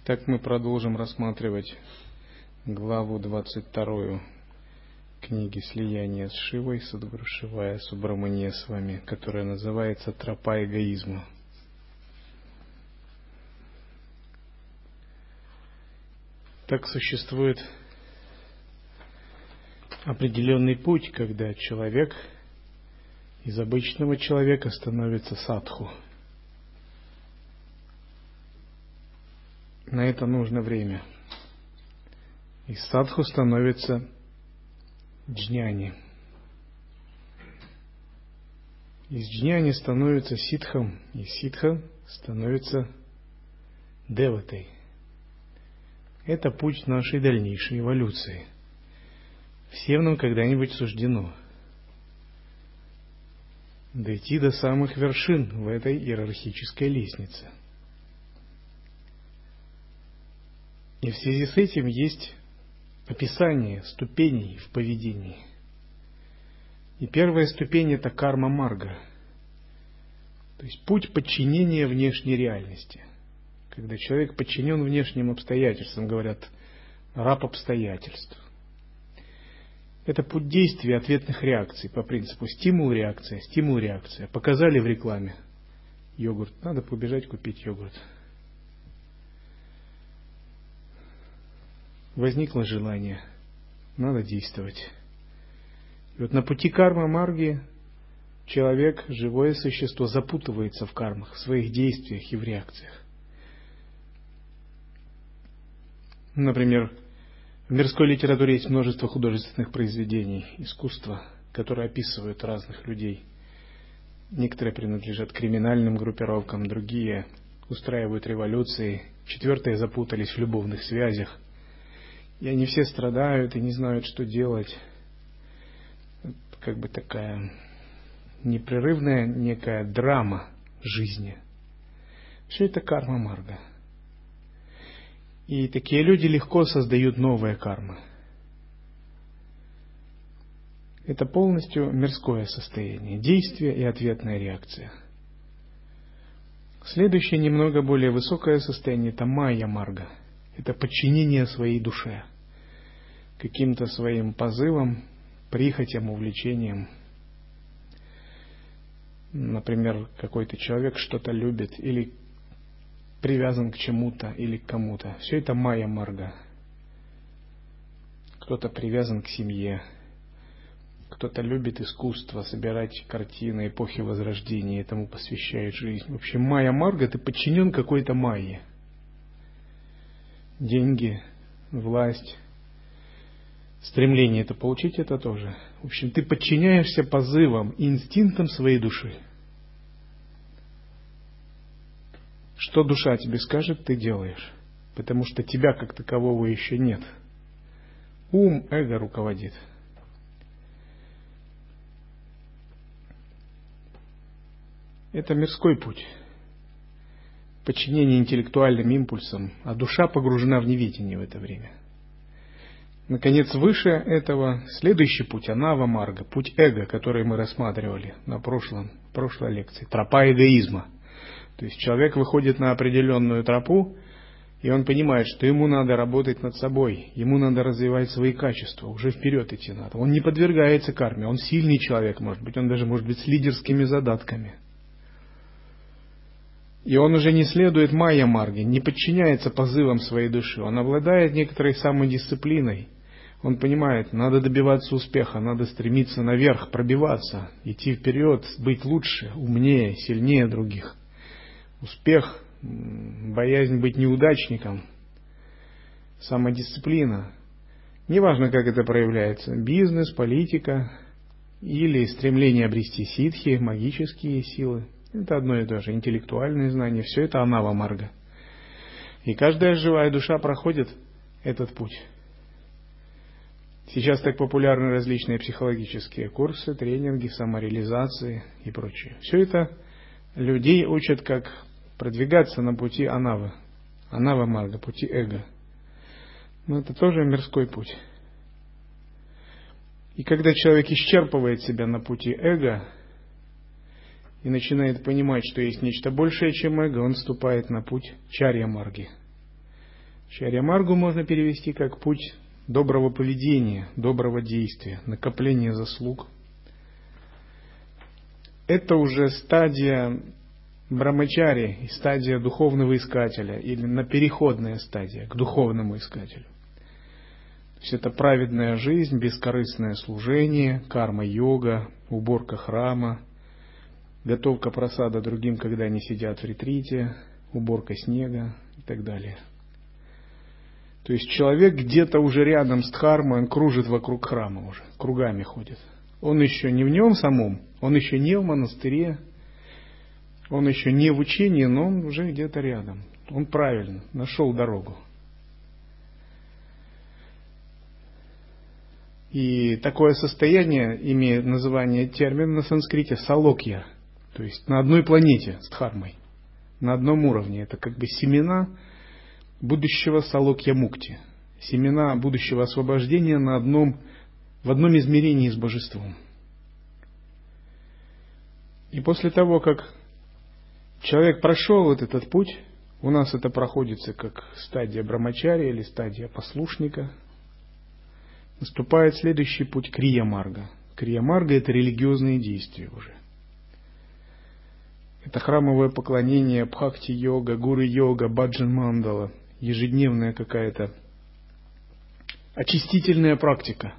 Так мы продолжим рассматривать главу 22 книги «Слияние с Шивой», Садгуру Шивая Субрамания с вами, которая называется «Тропа эгоизма». Так существует определенный путь, когда человек из обычного человека становится садху. На это нужно время. Из садху становится джняни. Из джняни становится ситхом, и ситха становится деватой. Это путь нашей дальнейшей эволюции. Всем нам когда-нибудь суждено дойти до самых вершин в этой иерархической лестнице. И в связи с этим есть описание ступеней в поведении. И первая ступень — это карма-марга, то есть путь подчинения внешней реальности. Когда человек подчинен внешним обстоятельствам, говорят, раб обстоятельств. Это путь действия ответных реакций по принципу стимул-реакция, стимул-реакция. Показали в рекламе йогурт, надо побежать купить йогурт. Возникло желание, надо действовать. И вот на пути карма-марги человек, живое существо, запутывается в кармах, в своих действиях и в реакциях. Например, в мирской литературе есть множество художественных произведений, искусства, которые описывают разных людей. Некоторые принадлежат криминальным группировкам, другие устраивают революции, четвертые запутались в любовных связях. И они все страдают и не знают, что делать. Как бы такая непрерывная некая драма жизни. Все это карма-марга. И такие люди легко создают новые кармы. Это полностью мирское состояние, действие и ответная реакция. Следующее, немного более высокое состояние — это майя-марга. Это подчинение своей душе, каким-то своим позывам, прихотям, увлечениям. Например, какой-то человек что-то любит или привязан к чему-то или к кому-то. Все это майя-марга. Кто-то привязан к семье, кто-то любит искусство, собирать картины эпохи Возрождения, этому посвящает жизнь. В общем, майя-марга — ты подчинен какой-то майе. Деньги, власть, стремление это получить — это тоже. В общем, ты подчиняешься позывам и инстинктам своей души. Что душа тебе скажет, ты делаешь, потому что тебя как такового еще нет. Ум, эго руководит. Это мирской путь. Подчинение интеллектуальным импульсам, а душа погружена в невидение в это время. Наконец, выше этого следующий путь — анава-марга, путь эго, который мы рассматривали на прошлой лекции, тропа эгоизма. То есть человек выходит на определенную тропу, и он понимает, что ему надо работать над собой, ему надо развивать свои качества, уже вперед идти надо. Он не подвергается карме, он сильный человек, может быть, он даже может быть с лидерскими задатками. И он уже не следует майя-марге, не подчиняется позывам своей души. Он обладает некоторой самодисциплиной. Он понимает, надо добиваться успеха, надо стремиться наверх, пробиваться, идти вперед, быть лучше, умнее, сильнее других. Успех, боязнь быть неудачником, самодисциплина. Неважно, как это проявляется. Бизнес, политика или стремление обрести ситхи, магические силы. Это одно и то же, интеллектуальные знания, все это анава-марга. И каждая живая душа проходит этот путь. Сейчас так популярны различные психологические курсы, тренинги, самореализации и прочее. Все это людей учат, как продвигаться на пути анавы, анава-марга, пути эго. Но это тоже мирской путь. И когда человек исчерпывает себя на пути эго и начинает понимать, что есть нечто большее, чем эго, он вступает на путь чарья-марги. Ачарья-маргу можно перевести как путь доброго поведения, доброго действия, накопления заслуг. Это уже стадия брамачари, стадия духовного искателя, или переходная стадия к духовному искателю. То есть это праведная жизнь, бескорыстное служение, карма-йога, уборка храма, готовка прасада другим, когда они сидят в ретрите, уборка снега и так далее. То есть человек где-то уже рядом с дхармой, он кружит вокруг храма уже, кругами ходит. Он еще не в нем самом, он еще не в монастыре, он еще не в учении, но он уже где-то рядом. Он правильно нашел дорогу. И такое состояние имеет название, термин на санскрите салокья, то есть на одной планете с дхармой, на одном уровне. Это как бы семена будущего салокья-мукти, семена будущего освобождения в одном измерении с божеством. И после того, как человек прошел вот этот путь, у нас это проходится как стадия брамачарья или стадия послушника, наступает следующий путь крия-марга. Крия-марга — это религиозные действия уже. Это храмовое поклонение, бхакти-йога, гуру-йога, баджан-мандала, ежедневная какая-то очистительная практика.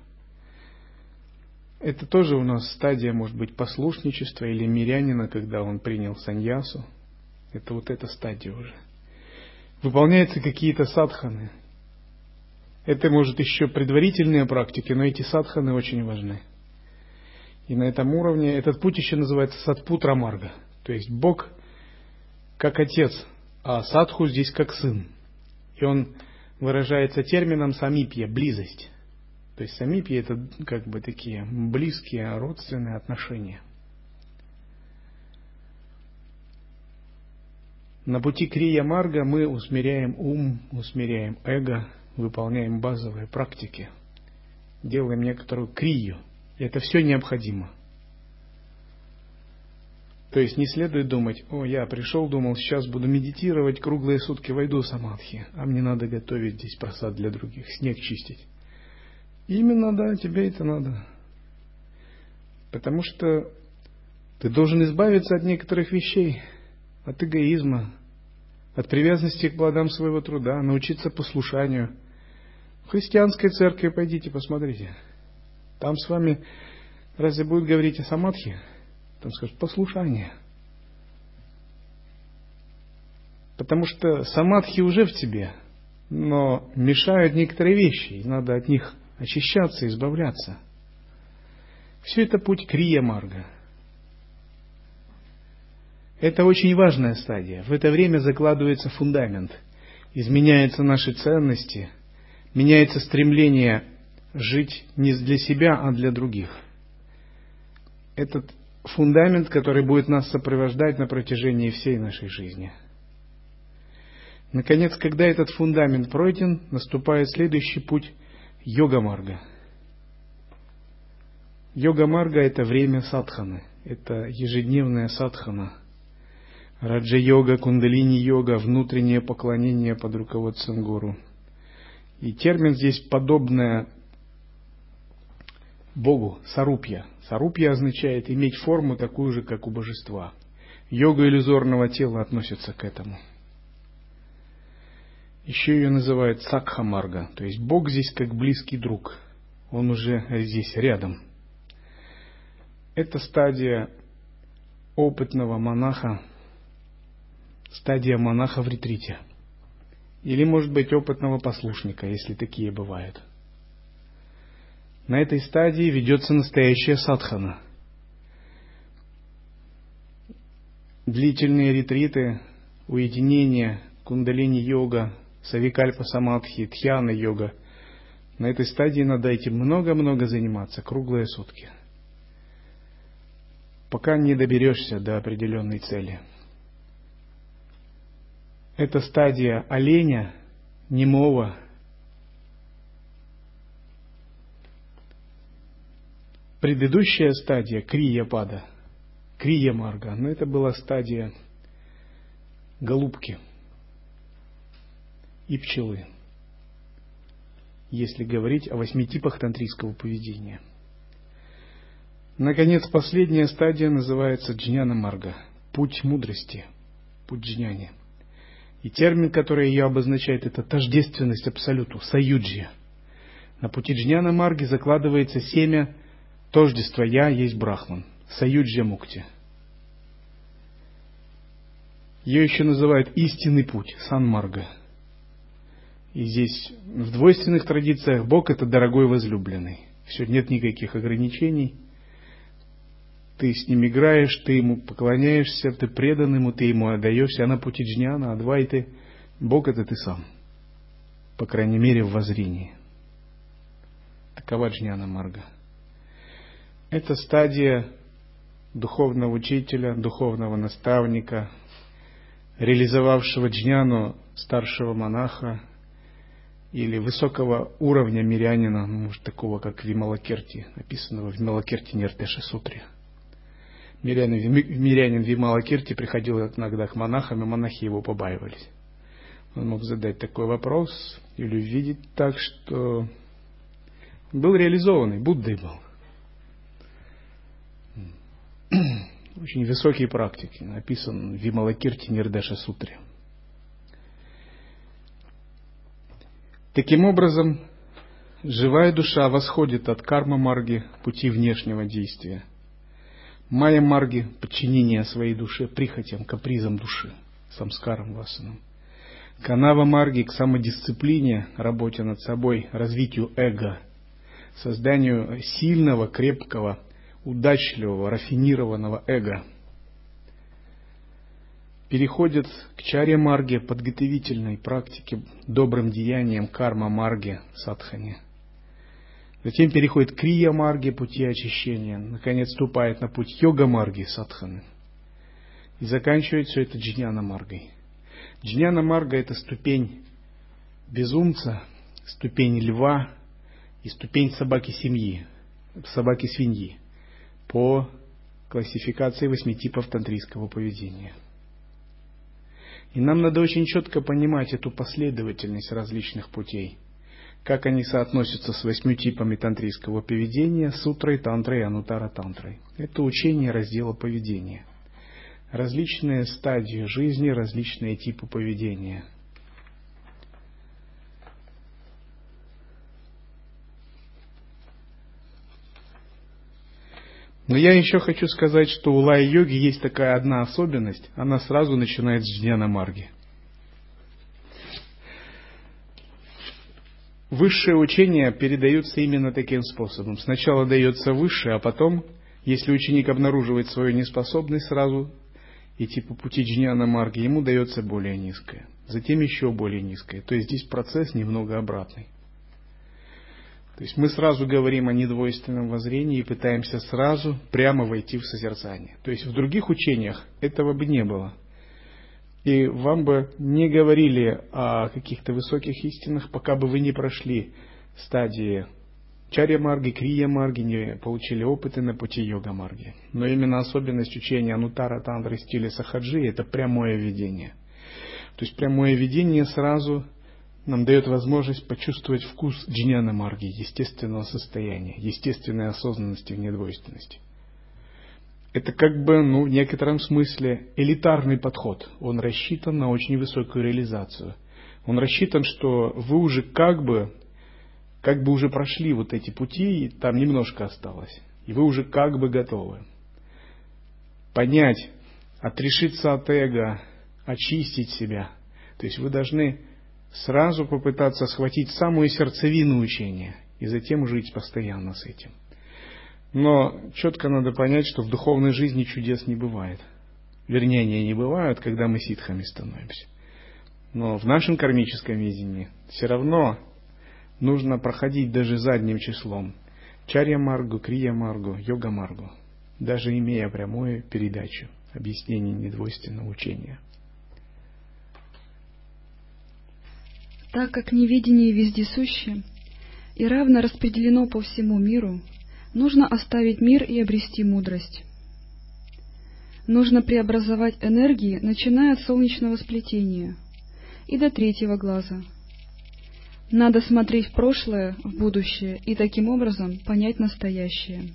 Это тоже у нас стадия, может быть, послушничества или мирянина, когда он принял саньясу. Это вот эта стадия уже. Выполняются какие-то садханы. Это, может, еще предварительные практики, но эти садханы очень важны. И на этом уровне этот путь еще называется садпутра-марга. То есть Бог как отец, а садху здесь как сын. И он выражается термином самипья, близость. То есть самипья — это как бы такие близкие, родственные отношения. На пути крия-марга мы усмиряем ум, усмиряем эго, выполняем базовые практики, делаем некоторую крию. И это все необходимо. То есть не следует думать: о, я пришел, думал, сейчас буду медитировать, круглые сутки войду в самадхи, а мне надо готовить здесь прасад для других, снег чистить. Именно, да, тебе это надо. Потому что ты должен избавиться от некоторых вещей, от эгоизма, от привязанности к плодам своего труда, научиться послушанию. В христианской церкви пойдите, посмотрите. Там с вами разве будет говорить о самадхи? Там скажут послушание. Потому что самадхи уже в тебе, но мешают некоторые вещи, и надо от них очищаться, избавляться. Все это путь крия-марга. Это очень важная стадия. В это время закладывается фундамент. Изменяются наши ценности, меняется стремление жить не для себя, а для других. Этот фундамент, который будет нас сопровождать на протяжении всей нашей жизни. Наконец, когда этот фундамент пройден, наступает следующий путь — йога-марга. Йога-марга — это время садханы, это ежедневная садхана. Раджа-йога, кундалини-йога, внутреннее поклонение под руководством гуру. И термин здесь подобное Богу, сарупья. Сарупья означает иметь форму такую же, как у божества. Йога иллюзорного тела относится к этому. Еще ее называют сакха-марга, то есть Бог здесь как близкий друг. Он уже здесь рядом. Это стадия опытного монаха, стадия монаха в ретрите. Или, может быть, опытного послушника, если такие бывают. На этой стадии ведется настоящая садхана. Длительные ретриты, уединение, кундалини-йога, савикальпа-самадхи, дхьяна-йога. На этой стадии надо этим много-много заниматься, круглые сутки, пока не доберешься до определенной цели. Это стадия оленя, немого. Предыдущая стадия крия-пада, крия-марга, но это была стадия голубки и пчелы. если говорить о 8 типах тантрийского поведения. Наконец, последняя стадия называется джняна-марга, путь мудрости, путь джняни. И термин, который ее обозначает, это тождественность абсолюту, саюджья. На пути джняна-марги закладывается семя тождества «Я есть Брахман», саюджья-мукти. Ее еще называют истинный путь, сан-марга. И здесь в двойственных традициях Бог — это дорогой возлюбленный. Все, нет никаких ограничений. Ты с ним играешь, ты ему поклоняешься, ты предан ему, ты ему отдаешься. А на пути джняна, адвайты, Бог — это ты сам. По крайней мере, в воззрении. Такова джняна-марга. Это стадия духовного учителя, духовного наставника, реализовавшего джняну старшего монаха или высокого уровня мирянина, может, такого, как Вималакирти, описанного в Вималакирти-Нирдеша-сутре. Мирянин Вималакирти приходил иногда к монахам, и монахи его побаивались. Он мог задать такой вопрос или увидеть так, что был реализованный, Буддой был. Очень высокие практики, написан в Вималакирти-Нирдеша-сутре. Таким образом, живая душа восходит от карма-марги, пути внешнего действия, майя-марги, подчинения своей душе прихотям, капризам души, самскарам, васанам, канава-марги, к самодисциплине, работе над собой, развитию эго, созданию сильного, крепкого, удачливого, рафинированного эго. Переходит к чарья-марге, подготовительной практике, добрым деяниям, карма-марге, садхане. Затем переходит к крия-марге, пути очищения. Наконец, вступает на путь йога-марги, садханы. И заканчивает все это джняна-маргой. Джняна-марга — это ступень безумца, ступень льва и ступень собаки-свиньи по классификации 8 типов тантрийского поведения. И нам надо очень четко понимать эту последовательность различных путей, как они соотносятся с 8 типами тантрийского поведения, сутрой, тантрой и анутара-тантрой. Это учение раздела поведения. Различные стадии жизни, различные типы поведения. Но я еще хочу сказать, что у лая-йоги есть такая одна особенность, она сразу начинает с джняна-марги. Высшие учения передаются именно таким способом. Сначала дается высшее, а потом, если ученик обнаруживает свою неспособность сразу идти по пути джняна-марги, ему дается более низкое, затем еще более низкое. То есть здесь процесс немного обратный. То есть мы сразу говорим о недвойственном воззрении и пытаемся сразу прямо войти в созерцание. То есть в других учениях этого бы не было. И вам бы не говорили о каких-то высоких истинах, пока бы вы не прошли стадии чарья-марги, крия-марги, не получили опыты на пути йога-марги. Но именно особенность учения анутара-тантры в стиле сахаджи — это прямое видение. То есть прямое видение сразу нам дает возможность почувствовать вкус джняна-марги, естественного состояния, естественной осознанности в недвойственности. Это как бы, в некотором смысле элитарный подход. Он рассчитан на очень высокую реализацию. Он рассчитан, что вы уже как бы уже прошли вот эти пути, и там немножко осталось. И вы уже как бы готовы понять, отрешиться от эго, очистить себя. То есть вы должны сразу попытаться схватить самую сердцевину учения и затем жить постоянно с этим. Но четко надо понять, что в духовной жизни чудес не бывает. Вернее, они не бывают, когда мы ситхами становимся. Но в нашем кармическом видении все равно нужно проходить даже задним числом чарья-маргу, крия-маргу, йога-маргу, даже имея прямую передачу объяснений недвойственного учения. Так как невидение вездесуще и равно распределено по всему миру, нужно оставить мир и обрести мудрость. Нужно преобразовать энергии, начиная от солнечного сплетения и до 3-го глаза. Надо смотреть в прошлое, в будущее и таким образом понять настоящее.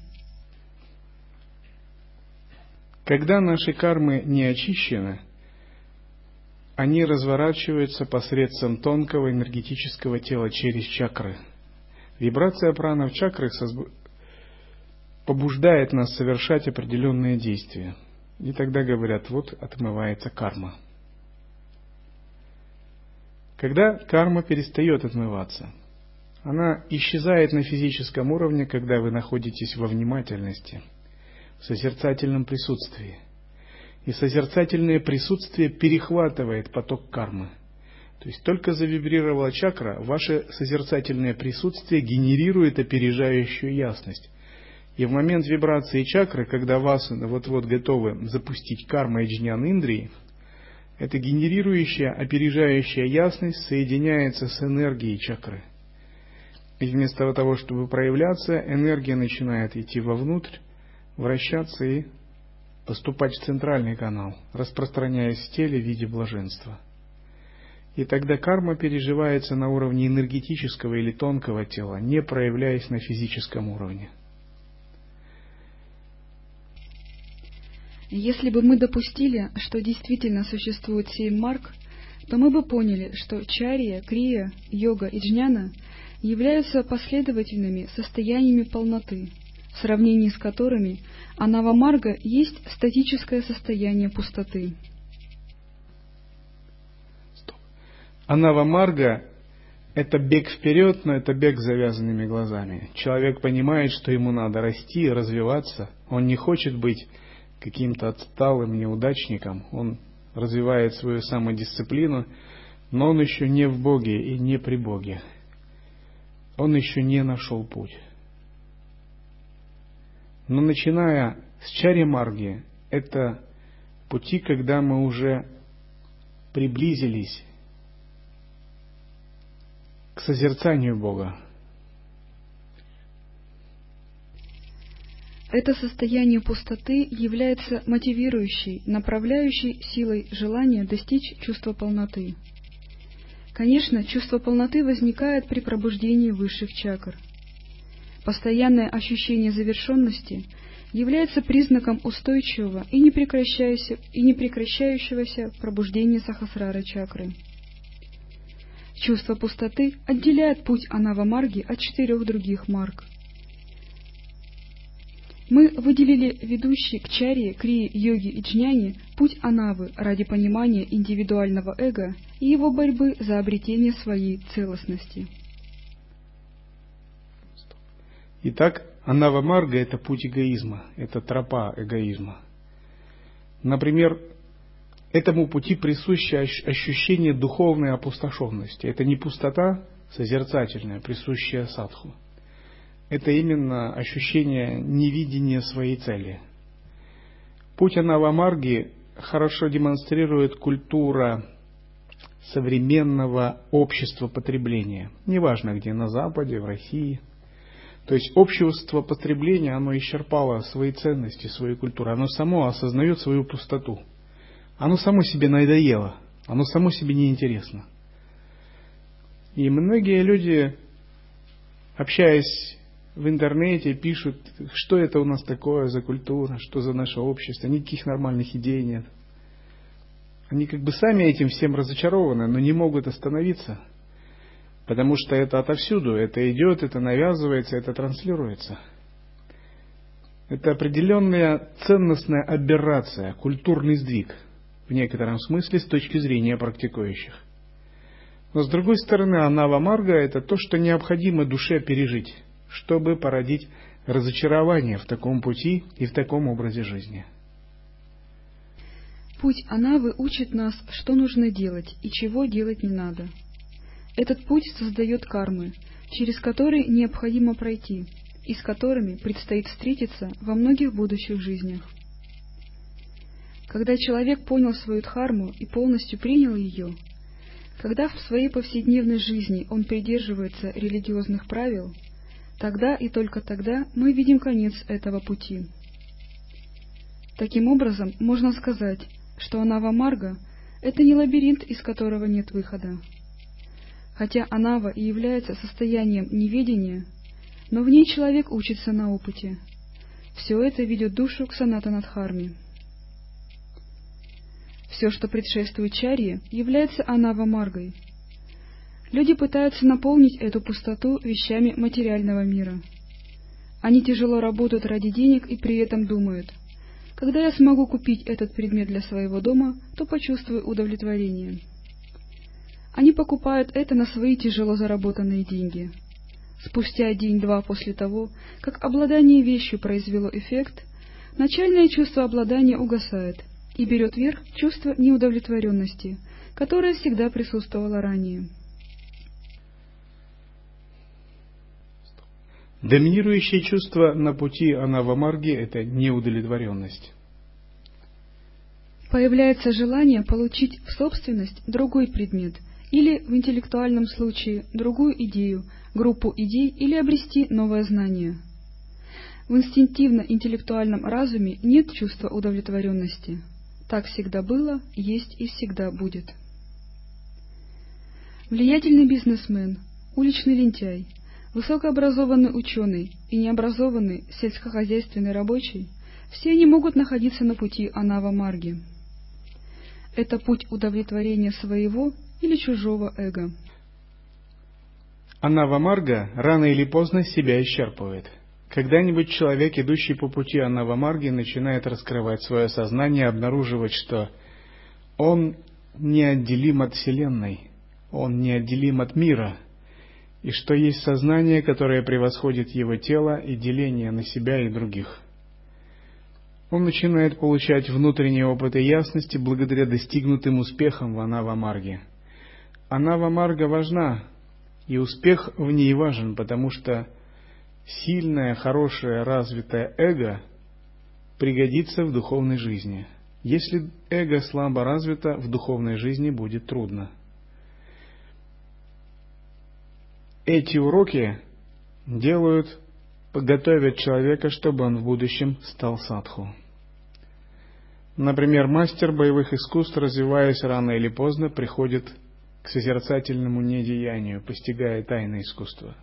Когда наши кармы не очищены, они разворачиваются посредством тонкого энергетического тела через чакры. Вибрация праны в чакрах побуждает нас совершать определенные действия. И тогда говорят, вот отмывается карма. Когда карма перестает отмываться, она исчезает на физическом уровне, когда вы находитесь во внимательности, в созерцательном присутствии. И созерцательное присутствие перехватывает поток кармы. То есть только завибрировала чакра, ваше созерцательное присутствие генерирует опережающую ясность. И в момент вибрации чакры, когда вас вот-вот готовы запустить карма и джнян индрии, эта генерирующая, опережающая ясность соединяется с энергией чакры. И вместо того, чтобы проявляться, энергия начинает идти вовнутрь, вращаться и поступать в центральный канал, распространяясь в теле в виде блаженства. И тогда карма переживается на уровне энергетического или тонкого тела, не проявляясь на физическом уровне. Если бы мы допустили, что действительно существует 7 марг, то мы бы поняли, что чарья, крия, йога и джняна являются последовательными состояниями полноты, в сравнении с которыми анава-марга есть статическое состояние пустоты. Анава-марга – это бег вперед, но это бег с завязанными глазами. Человек понимает, что ему надо расти, развиваться. Он не хочет быть каким-то отсталым неудачником. Он развивает свою самодисциплину, но он еще не в Боге и не при Боге. Он еще не нашел путь. Но начиная с чарья-марги, это пути, когда мы уже приблизились к созерцанию Бога. Это состояние пустоты является мотивирующей, направляющей силой желания достичь чувства полноты. Конечно, чувство полноты возникает при пробуждении высших чакр. Постоянное ощущение завершенности является признаком устойчивого и непрекращающегося пробуждения сахасрара чакры. Чувство пустоты отделяет путь анава-марги от 4 других марг. Мы выделили ведущий к чарье, крии, йоге и джняне путь анавы ради понимания индивидуального эго и его борьбы за обретение своей целостности. Итак, анава-марга – это путь эгоизма, это тропа эгоизма. Например, этому пути присуще ощущение духовной опустошенности. Это не пустота созерцательная, присущая садху. Это именно ощущение невидения своей цели. Путь анава-марги хорошо демонстрирует культура современного общества потребления. Неважно где, на Западе, в России. То есть общество потребления, оно исчерпало свои ценности, свою культуру. Оно само осознает свою пустоту. Оно само себе надоело. Оно само себе неинтересно. И многие люди, общаясь в интернете, пишут, что это у нас такое за культура, что за наше общество. Никаких нормальных идей нет. Они как бы сами этим всем разочарованы, но не могут остановиться. Потому что это отовсюду, это идет, это навязывается, это транслируется. Это определенная ценностная аберрация, культурный сдвиг, в некотором смысле с точки зрения практикующих. Но с другой стороны, анава-марга – это то, что необходимо душе пережить, чтобы породить разочарование в таком пути и в таком образе жизни. Путь анавы учит нас, что нужно делать и чего делать не надо. Этот путь создает кармы, через которые необходимо пройти, и с которыми предстоит встретиться во многих будущих жизнях. Когда человек понял свою дхарму и полностью принял ее, когда в своей повседневной жизни он придерживается религиозных правил, тогда и только тогда мы видим конец этого пути. Таким образом, можно сказать, что анава-марга – это не лабиринт, из которого нет выхода. Хотя анава и является состоянием неведения, но в ней человек учится на опыте. Все это ведет душу к санатанадхарме. Все, что предшествует чарье, является анава-маргой. Люди пытаются наполнить эту пустоту вещами материального мира. Они тяжело работают ради денег и при этом думают: когда я смогу купить этот предмет для своего дома, то почувствую удовлетворение. Они покупают это на свои тяжело заработанные деньги. Спустя день-два после того, как обладание вещью произвело эффект, начальное чувство обладания угасает, и берет верх чувство неудовлетворенности, которое всегда присутствовало ранее. Доминирующее чувство на пути анава-марги — это неудовлетворенность. Появляется желание получить в собственность другой предмет или, в интеллектуальном случае, другую идею, группу идей или обрести новое знание. В инстинктивно-интеллектуальном разуме нет чувства удовлетворенности. Так всегда было, есть и всегда будет. Влиятельный бизнесмен, уличный лентяй, высокообразованный ученый и необразованный сельскохозяйственный рабочий — все они могут находиться на пути анава-марги. Это путь удовлетворения своего или чужого эго. Анава-марга рано или поздно себя исчерпывает. Когда-нибудь человек, идущий по пути анава-марги, начинает раскрывать свое сознание, обнаруживать, что он неотделим от Вселенной, он неотделим от мира, и что есть сознание, которое превосходит его тело и деление на себя и других. Он начинает получать внутренние опыты ясности благодаря достигнутым успехам в анава-марге. Анава-марга важна, и успех в ней важен, потому что сильное, хорошее, развитое эго пригодится в духовной жизни. Если эго слабо развито, в духовной жизни будет трудно. Эти уроки готовят человека, чтобы он в будущем стал садху. Например, мастер боевых искусств, развиваясь рано или поздно, приходит к созерцательному недеянию, постигая тайны искусства.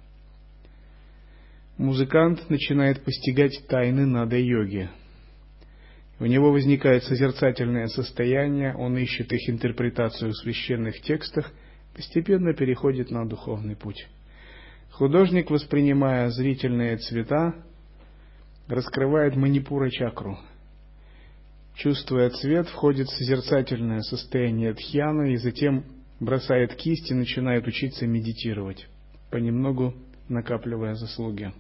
Музыкант начинает постигать тайны нада-йоги. У него возникает созерцательное состояние, он ищет их интерпретацию в священных текстах, постепенно переходит на духовный путь. Художник, воспринимая зрительные цвета, раскрывает манипура-чакру. Чувствуя цвет, входит в созерцательное состояние дхьяны и затем бросает кисть и начинает учиться медитировать, понемногу накапливая заслуги.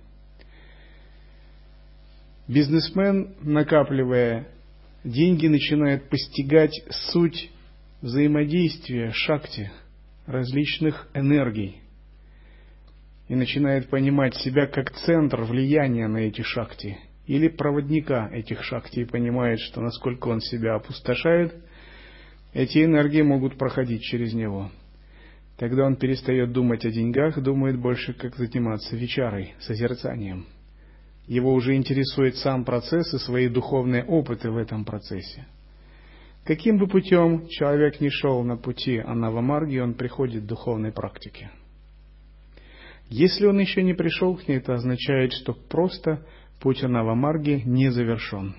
Бизнесмен, накапливая деньги, начинает постигать суть взаимодействия шакти, различных энергий, и начинает понимать себя как центр влияния на эти шакти, или проводника этих шакти, и понимает, что насколько он себя опустошает, эти энергии могут проходить через него. Тогда он перестает думать о деньгах, думает больше, как заниматься вичарой, созерцанием. Его уже интересует сам процесс и свои духовные опыты в этом процессе. Каким бы путем человек ни шел на пути анава-марги, он приходит к духовной практике. Если он еще не пришел к ней, это означает, что просто путь анава-марги не завершен.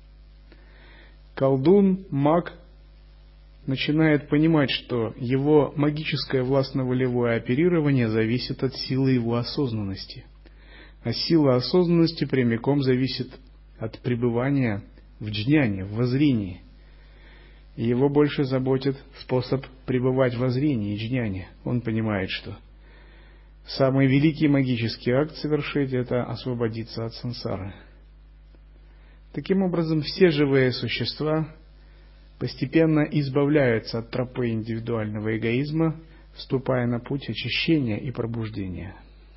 Колдун, маг начинает понимать, что его магическое властно-волевое оперирование зависит от силы его осознанности. А сила осознанности прямиком зависит от пребывания в джняне, в воззрении. И его больше заботит способ пребывать в воззрении и джняне. Он понимает, что самый великий магический акт совершить — это освободиться от сансары. Таким образом, все живые существа постепенно избавляются от тропы индивидуального эгоизма, вступая на путь очищения и пробуждения.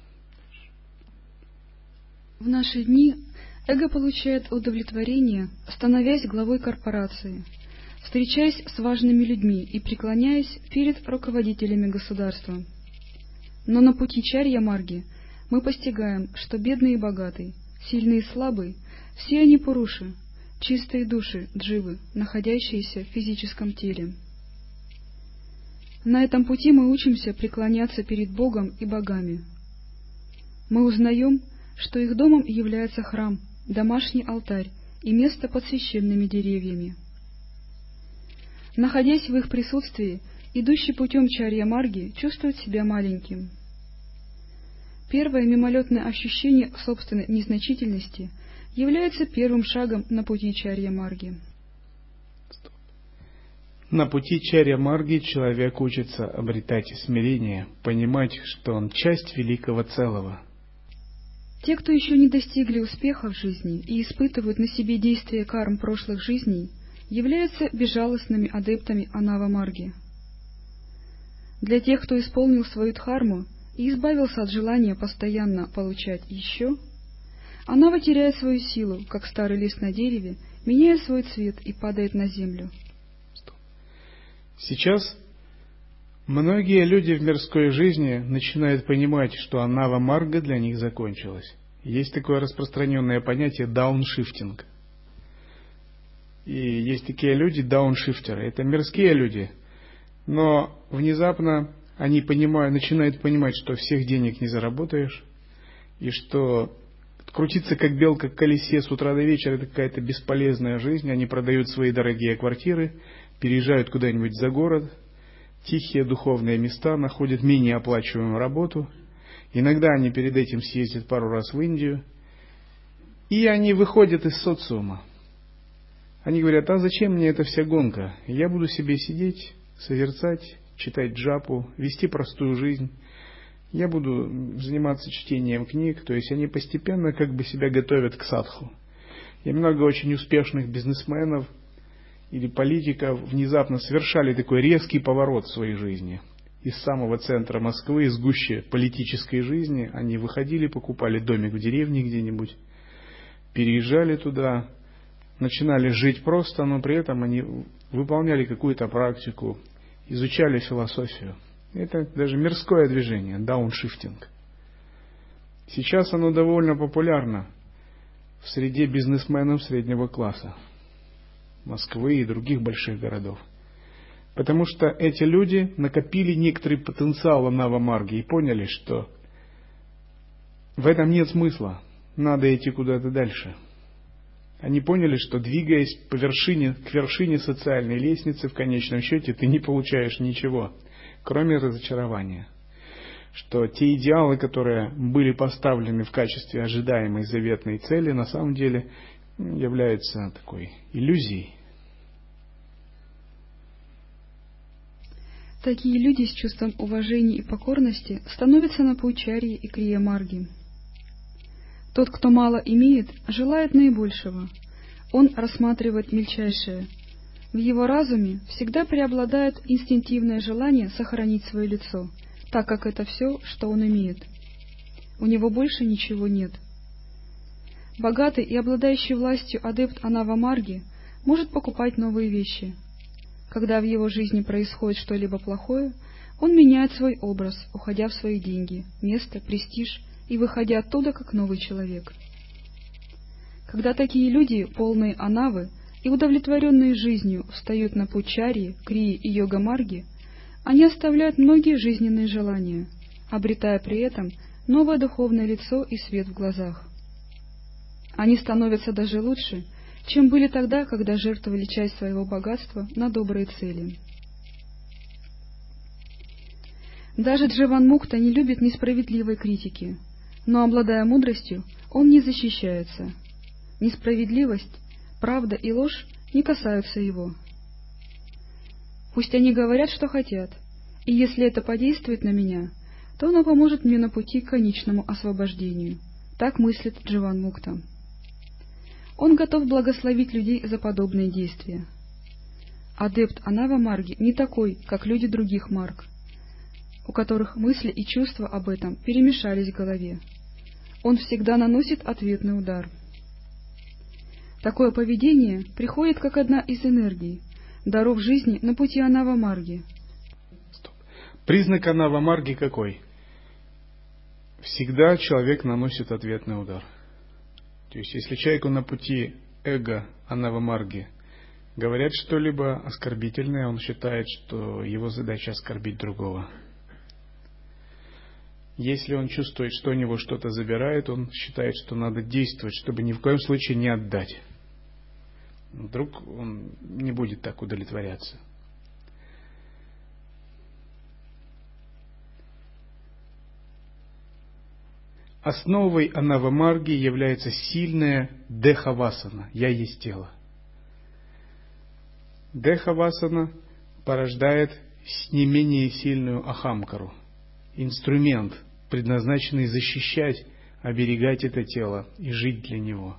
В наши дни эго получает удовлетворение, становясь главой корпорации, встречаясь с важными людьми и преклоняясь перед руководителями государства. Но на пути чарья-марги мы постигаем, что бедный и богатый, сильный и слабый — все они пуруши, чистые души, дживы, находящиеся в физическом теле. На этом пути мы учимся преклоняться перед Богом и богами. Мы узнаем, что их домом является храм, домашний алтарь и место под священными деревьями. Находясь в их присутствии, идущий путем чарья-марги чувствует себя маленьким. Первое мимолетное ощущение собственной незначительности является первым шагом на пути чарья-марги. На пути чарья-марги человек учится обретать смирение, понимать, что он часть великого целого. Те, кто еще не достигли успеха в жизни и испытывают на себе действие карм прошлых жизней, являются безжалостными адептами Анава-марги. Для тех, кто исполнил свою дхарму и избавился от желания постоянно получать еще, Анава теряет свою силу, как старый лист на дереве, меняя свой цвет и падает на землю. Сейчас многие люди в мирской жизни начинают понимать, что Анава-марга для них закончилась. Есть такое распространенное понятие дауншифтинг. И есть такие люди, дауншифтеры. Это мирские люди, но внезапно они начинают понимать, что всех денег не заработаешь, и что крутиться как белка в колесе с утра до вечера — это какая-то бесполезная жизнь. Они продают свои дорогие квартиры, переезжают куда-нибудь за город, тихие духовные места, находят менее оплачиваемую работу. Иногда они перед этим съездят пару раз в Индию, и они выходят из социума. Они говорят: а зачем мне эта вся гонка? Я буду себе сидеть, созерцать, читать джапу, вести простую жизнь. Я буду заниматься чтением книг. То есть они постепенно как бы себя готовят к садху. И много очень успешных бизнесменов или политиков внезапно совершали такой резкий поворот в своей жизни. Из самого центра Москвы, из гуще политической жизни, они выходили, покупали домик в деревне где-нибудь, переезжали туда, начинали жить просто, но при этом они выполняли какую-то практику, изучали философию. Это даже мирское движение, дауншифтинг. Сейчас оно довольно популярно в среде бизнесменов среднего класса Москвы и других больших городов. Потому что эти люди накопили некоторый потенциал Анава-марги и поняли, что в этом нет смысла, надо идти куда-то дальше. Они поняли, что, двигаясь к вершине социальной лестницы, в конечном счете ты не получаешь ничего, кроме разочарования. Что те идеалы, которые были поставлены в качестве ожидаемой заветной цели, на самом деле являются такой иллюзией. Такие люди с чувством уважения и покорности становятся на путь чарьи и крия-марги. Тот, кто мало имеет, желает наибольшего. Он рассматривает мельчайшее. В его разуме всегда преобладает инстинктивное желание сохранить свое лицо, так как это все, что он имеет. У него больше ничего нет. Богатый и обладающий властью адепт Анава-марги может покупать новые вещи. Когда в его жизни происходит что-либо плохое, он меняет свой образ, уходя в свои деньги, место, престиж и выходя оттуда как новый человек. Когда такие люди, полные анавы и удовлетворенные жизнью, встают на путь чарьи, крии и йога-марги, они оставляют многие жизненные желания, обретая при этом новое духовное лицо и свет в глазах. Они становятся даже лучше, чем были тогда, когда жертвовали часть своего богатства на добрые цели. Даже Дживан-мукта не любит несправедливой критики, но, обладая мудростью, он не защищается. Несправедливость, правда и ложь не касаются его. Пусть они говорят, что хотят, и если это подействует на меня, то оно поможет мне на пути к конечному освобождению. Так мыслит Дживан-мукта. Он готов благословить людей за подобные действия. Адепт Анава-марги не такой, как люди других марг, у которых мысли и чувства об этом перемешались в голове. Он всегда наносит ответный удар. Такое поведение приходит как одна из энергий, даров жизни на пути Анава-марги. Признак Анава-марги какой? Всегда человек наносит ответный удар. То есть, если человеку на пути эго Анава-марги говорят что-либо оскорбительное, он считает, что его задача оскорбить другого. Если он чувствует, что у него что-то забирает, он считает, что надо действовать, чтобы ни в коем случае не отдать. Вдруг он не будет так удовлетворяться. Основой анава-марги является сильная деха-васана, «я есть тело». Деха-васана порождает не менее сильную ахамкару, инструмент, предназначенный защищать, оберегать это тело и жить для него.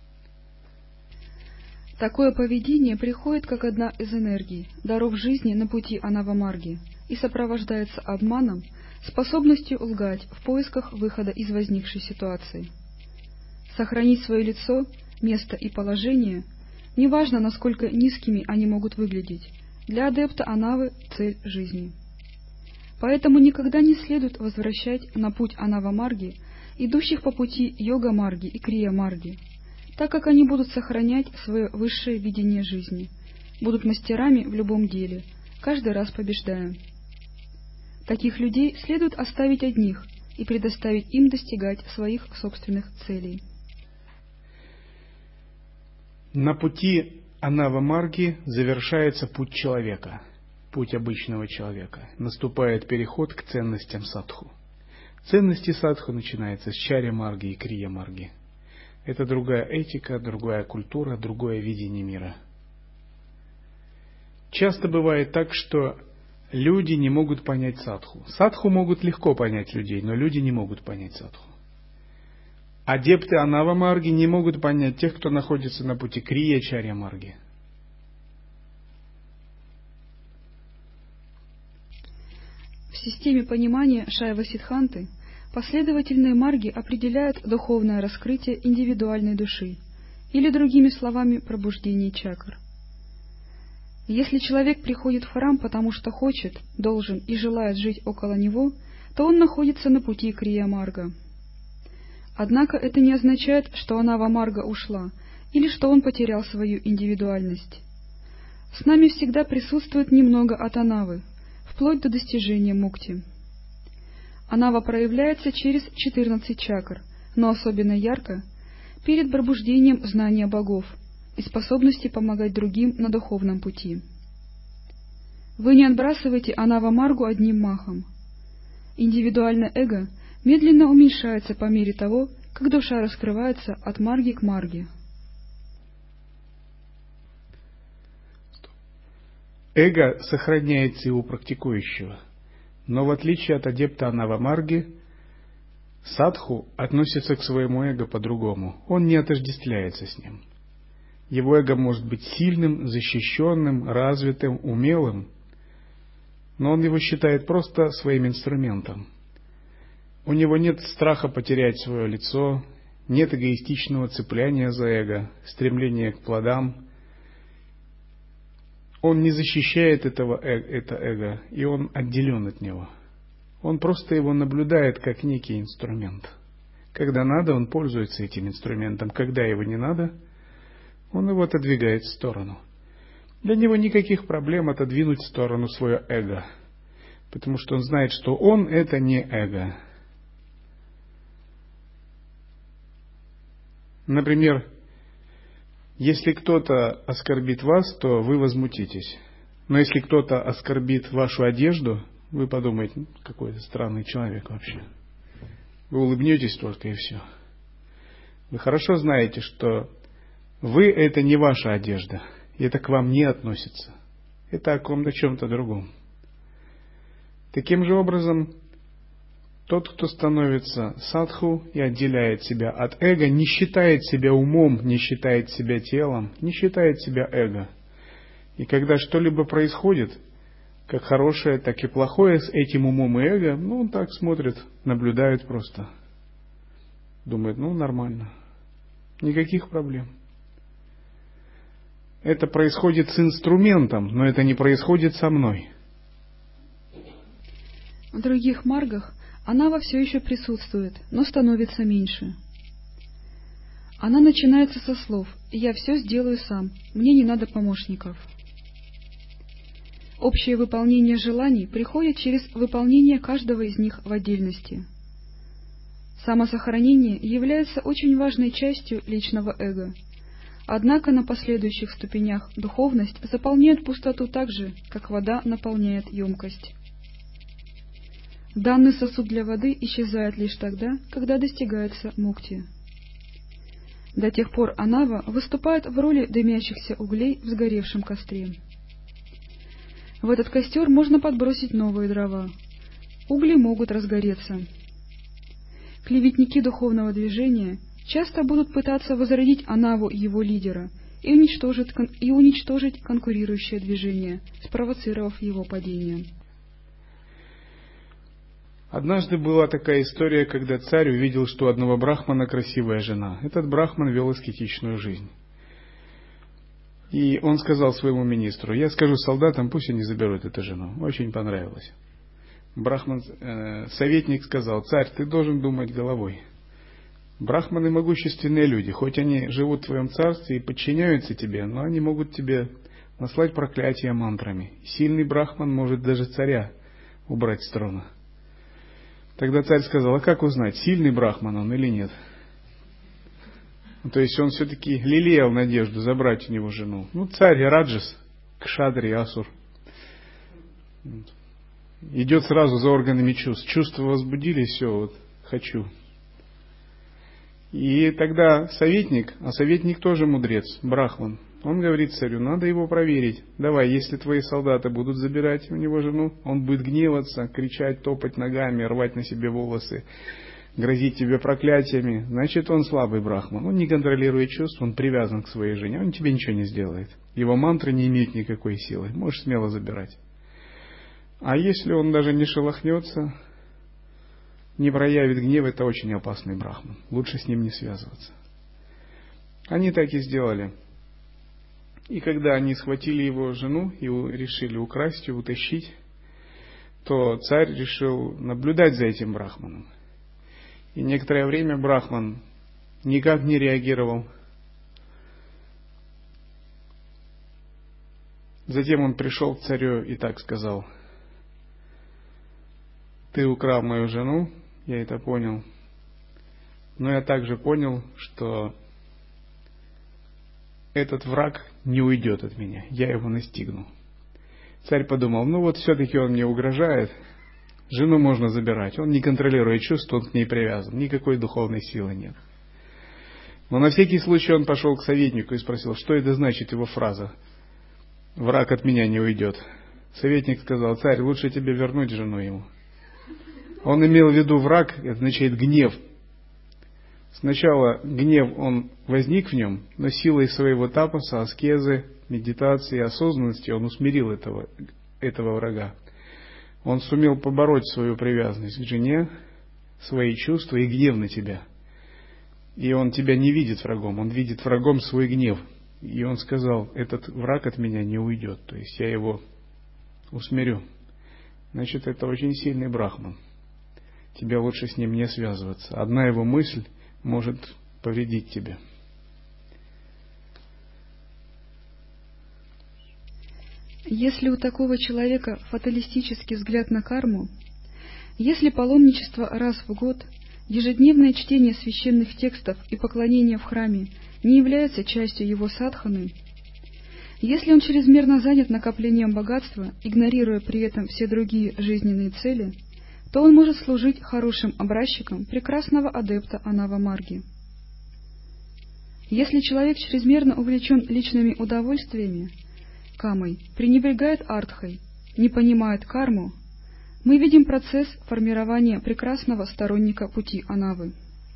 Такое поведение приходит как одна из энергий, даров жизни на пути анава-марги, и сопровождается обманом, способностью лгать в поисках выхода из возникшей ситуации. Сохранить свое лицо, место и положение, неважно, насколько низкими они могут выглядеть, для адепта анавы – цель жизни. Поэтому никогда не следует возвращать на путь анава-марги идущих по пути йога-марги и крия-марги, так как они будут сохранять свое высшее видение жизни, будут мастерами в любом деле, каждый раз побеждая. Таких людей следует оставить одних и предоставить им достигать своих собственных целей. На пути анава-марги завершается путь человека, путь обычного человека. Наступает переход к ценностям садху. Ценности садху начинаются с чарья-марги и крия-марги. Это другая этика, другая культура, другое видение мира. Часто бывает так, что люди не могут понять садху. Садху могут легко понять людей, но люди не могут понять садху. Адепты анава-марги не могут понять тех, кто находится на пути крия-чарья-марги. В системе понимания Шайва-сиддханты последовательные марги определяют духовное раскрытие индивидуальной души, или, другими словами, пробуждение чакр. Если человек приходит в храм, потому что хочет, должен и желает жить около него, то он находится на пути крия-марга. Однако это не означает, что анава-марга ушла, или что он потерял свою индивидуальность. С нами всегда присутствует немного от анавы, вплоть до достижения мукти. Анава проявляется через 14 чакр, но особенно ярко перед пробуждением знания богов и способности помогать другим на духовном пути. Вы не отбрасываете анава-маргу одним махом. Индивидуальное эго медленно уменьшается по мере того, как душа раскрывается от марги к марге. Эго сохраняется и у практикующего, но в отличие от адепта анава-марги, садху относится к своему эго по-другому. Он не отождествляется с ним. Его эго может быть сильным, защищенным, развитым, умелым, но он его считает просто своим инструментом. У него нет страха потерять свое лицо, нет эгоистичного цепляния за эго, стремления к плодам. Он не защищает это эго, и он отделен от него. Он просто его наблюдает как некий инструмент. Когда надо, он пользуется этим инструментом. Когда его не надо, он его отодвигает в сторону. Для него никаких проблем отодвинуть в сторону свое эго, потому что он знает, что он — это не эго. Например, если кто-то оскорбит вас, то вы возмутитесь. Но если кто-то оскорбит вашу одежду, вы подумаете, какой странный человек вообще. Вы улыбнетесь только и все. Вы хорошо знаете, что вы — это не ваша одежда, и это к вам не относится. Это о ком-то чем-то другом. Таким же образом, тот, кто становится садху и отделяет себя от эго, не считает себя умом, не считает себя телом, не считает себя эго. И когда что-либо происходит, как хорошее, так и плохое, с этим умом и эго, он так смотрит, наблюдает просто. Думает, нормально, никаких проблем. Это происходит с инструментом, но это не происходит со мной. В других маргах анава все еще присутствует, но становится меньше. Она начинается со слов «я все сделаю сам, мне не надо помощников». Общее выполнение желаний приходит через выполнение каждого из них в отдельности. Самосохранение является очень важной частью личного эго, однако на последующих ступенях духовность заполняет пустоту так же, как вода наполняет емкость. Данный сосуд для воды исчезает лишь тогда, когда достигается мукти. До тех пор анава выступает в роли дымящихся углей в сгоревшем костре. В этот костер можно подбросить новые дрова. Угли могут разгореться. Клеветники духовного движения часто будут пытаться возродить анаву его лидера и уничтожить конкурирующее движение, спровоцировав его падение. Однажды была такая история, когда царь увидел, что у одного брахмана красивая жена. Этот брахман вел аскетичную жизнь. И он сказал своему министру: я скажу солдатам, пусть они заберут эту жену. Очень понравилось. Советник сказал: царь, ты должен думать головой. Брахманы могущественные люди, хоть они живут в твоем царстве и подчиняются тебе, но они могут тебе наслать проклятия мантрами. Сильный брахман может даже царя убрать с трона. Тогда царь сказал: а как узнать, сильный брахман он или нет? То есть он все-таки лелеял надежду забрать у него жену. Царь Раджас, кшатри, асур. Идет сразу за органами чувств. Чувства возбудились, все, хочу. И тогда советник, а советник тоже мудрец, брахман, он говорит царю: надо его проверить. Давай, если твои солдаты будут забирать у него жену, он будет гневаться, кричать, топать ногами, рвать на себе волосы, грозить тебе проклятиями, значит, он слабый брахман. Он не контролирует чувств, он привязан к своей жене, он тебе ничего не сделает. Его мантры не имеют никакой силы, можешь смело забирать. А если он даже не шелохнется, не проявит гнев, это очень опасный брахман. Лучше с ним не связываться. Они так и сделали. И когда они схватили его жену и решили украсть ее, утащить, то царь решил наблюдать за этим брахманом. И некоторое время брахман никак не реагировал. Затем он пришел к царю и так сказал: ты украл мою жену, я это понял, но я также понял, что этот враг не уйдет от меня, я его настигну. Царь подумал: все-таки он мне угрожает, жену можно забирать, он не контролирует чувств, он к ней привязан, никакой духовной силы нет. Но на всякий случай он пошел к советнику и спросил, что это значит его фраза «враг от меня не уйдет». Советник сказал: царь, лучше тебе вернуть жену ему. Он имел в виду враг, это означает гнев. Сначала гнев, он возник в нем, но силой своего тапаса, аскезы, медитации, осознанности он усмирил этого врага. Он сумел побороть свою привязанность к жене, свои чувства и гнев на тебя. И он тебя не видит врагом, он видит врагом свой гнев. И он сказал: этот враг от меня не уйдет, то есть я его усмирю. Значит, это очень сильный брахман. Тебе лучше с ним не связываться. Одна его мысль может повредить тебе. Если у такого человека фаталистический взгляд на карму, если паломничество раз в год, ежедневное чтение священных текстов и поклонение в храме не является частью его садханы, если он чрезмерно занят накоплением богатства, игнорируя при этом все другие жизненные цели, то он может служить хорошим образчиком прекрасного адепта Анава-марги. Если человек чрезмерно увлечен личными удовольствиями, камой, пренебрегает артхой, не понимает карму, мы видим процесс формирования прекрасного сторонника пути Анавы.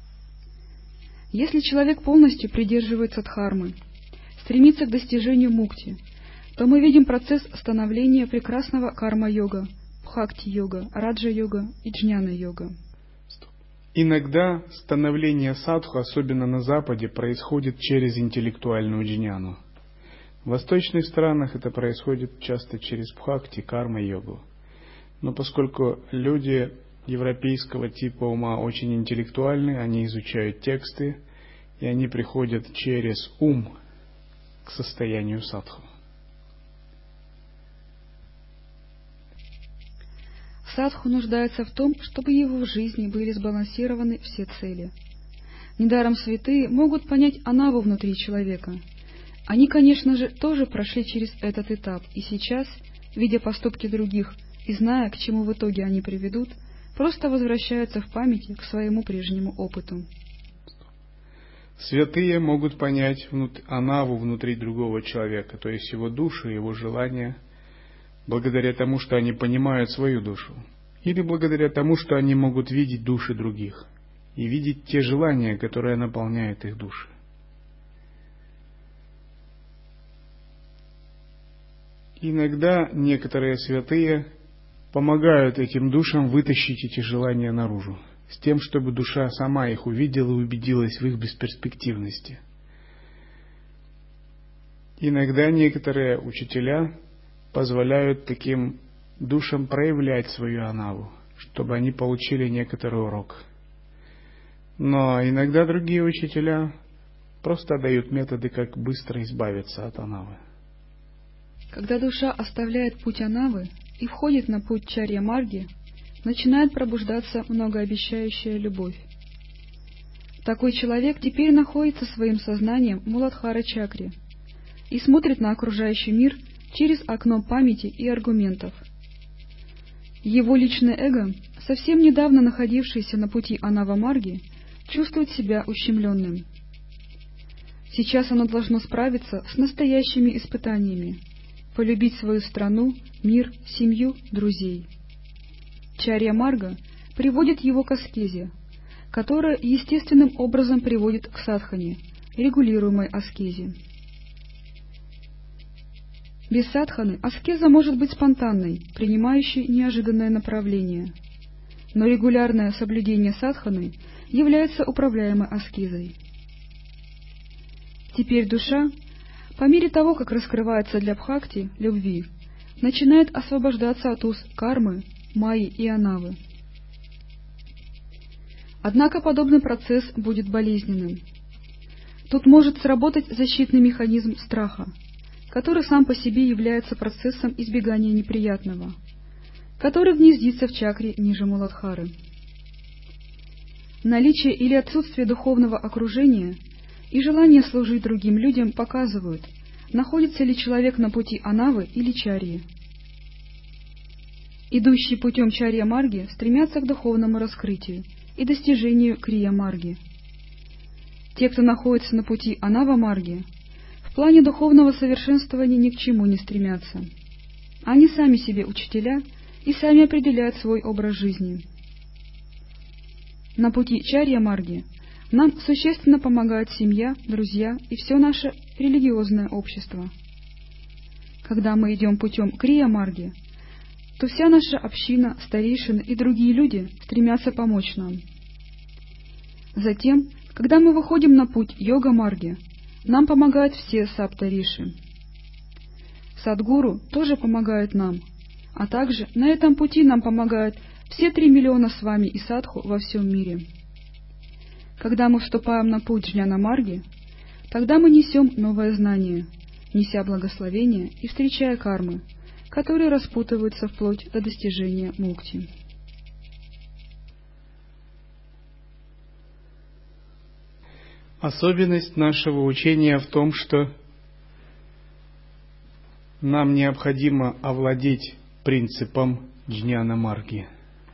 Если человек полностью придерживается дхармы, стремится к достижению мукти, то мы видим процесс становления прекрасного карма-йога, бхакти-йога, раджа-йога и джняна-йога. Иногда становление садху, особенно на Западе, происходит через интеллектуальную джняну. В восточных странах это происходит часто через бхакти, карма-йогу. Но поскольку люди европейского типа ума очень интеллектуальны, они изучают тексты и они приходят через ум к состоянию садху. Садху нуждается в том, чтобы его в жизни были сбалансированы все цели. Недаром святые могут понять анаву внутри человека. Они, конечно же, тоже прошли через этот этап, и сейчас, видя поступки других и зная, к чему в итоге они приведут, просто возвращаются в памяти к своему прежнему опыту. Святые могут понять анаву внутри другого человека, то есть его душу, его желания, благодаря тому, что они понимают свою душу, или благодаря тому, что они могут видеть души других и видеть те желания, которые наполняют их души. Иногда некоторые святые помогают этим душам вытащить эти желания наружу, с тем, чтобы душа сама их увидела и убедилась в их бесперспективности. Иногда некоторые учителя позволяют таким душам проявлять свою анаву, чтобы они получили некоторый урок. Но иногда другие учителя просто дают методы, как быстро избавиться от анавы. Когда душа оставляет путь анавы и входит на путь чарья-марги, начинает пробуждаться многообещающая любовь. Такой человек теперь находится своим сознанием в Муладхара-чакре и смотрит на окружающий мир через окно памяти и аргументов. Его личное эго, совсем недавно находившееся на пути анава-марги, чувствует себя ущемленным. Сейчас оно должно справиться с настоящими испытаниями, полюбить свою страну, мир, семью, друзей. Чарья-марга приводит его к аскезе, которая естественным образом приводит к садхане, регулируемой аскезе. Без садханы аскеза может быть спонтанной, принимающей неожиданное направление, но регулярное соблюдение садханы является управляемой аскезой. Теперь душа, по мере того, как раскрывается для бхакти, любви, начинает освобождаться от уз кармы, майи и анавы. Однако подобный процесс будет болезненным. Тут может сработать защитный механизм страха, который сам по себе является процессом избегания неприятного, который гнездится в чакре ниже Муладхары. Наличие или отсутствие духовного окружения и желание служить другим людям показывают, находится ли человек на пути анавы или чарьи. Идущие путем чарья-марги стремятся к духовному раскрытию и достижению крия-марги. Те, кто находится на пути анава-марги, в плане духовного совершенствования ни к чему не стремятся. Они сами себе учителя и сами определяют свой образ жизни. На пути чарья-марги нам существенно помогает семья, друзья и все наше религиозное общество. Когда мы идем путем крия-марги, то вся наша община, старейшины и другие люди стремятся помочь нам. Затем, когда мы выходим на путь йога-марги, нам помогают все саптариши. Садгуру тоже помогает нам, а также на этом пути нам помогают все 3 миллиона с вами и садху во всем мире. Когда мы вступаем на путь джняна-марги, тогда мы несем новое знание, неся благословение и встречая кармы, которые распутываются вплоть до достижения мукти. Особенность нашего учения в том, что нам необходимо овладеть принципом джняна-марги.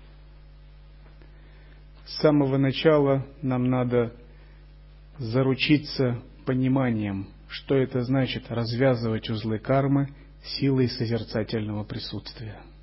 С самого начала нам надо заручиться пониманием, что это значит развязывать узлы кармы силой созерцательного присутствия.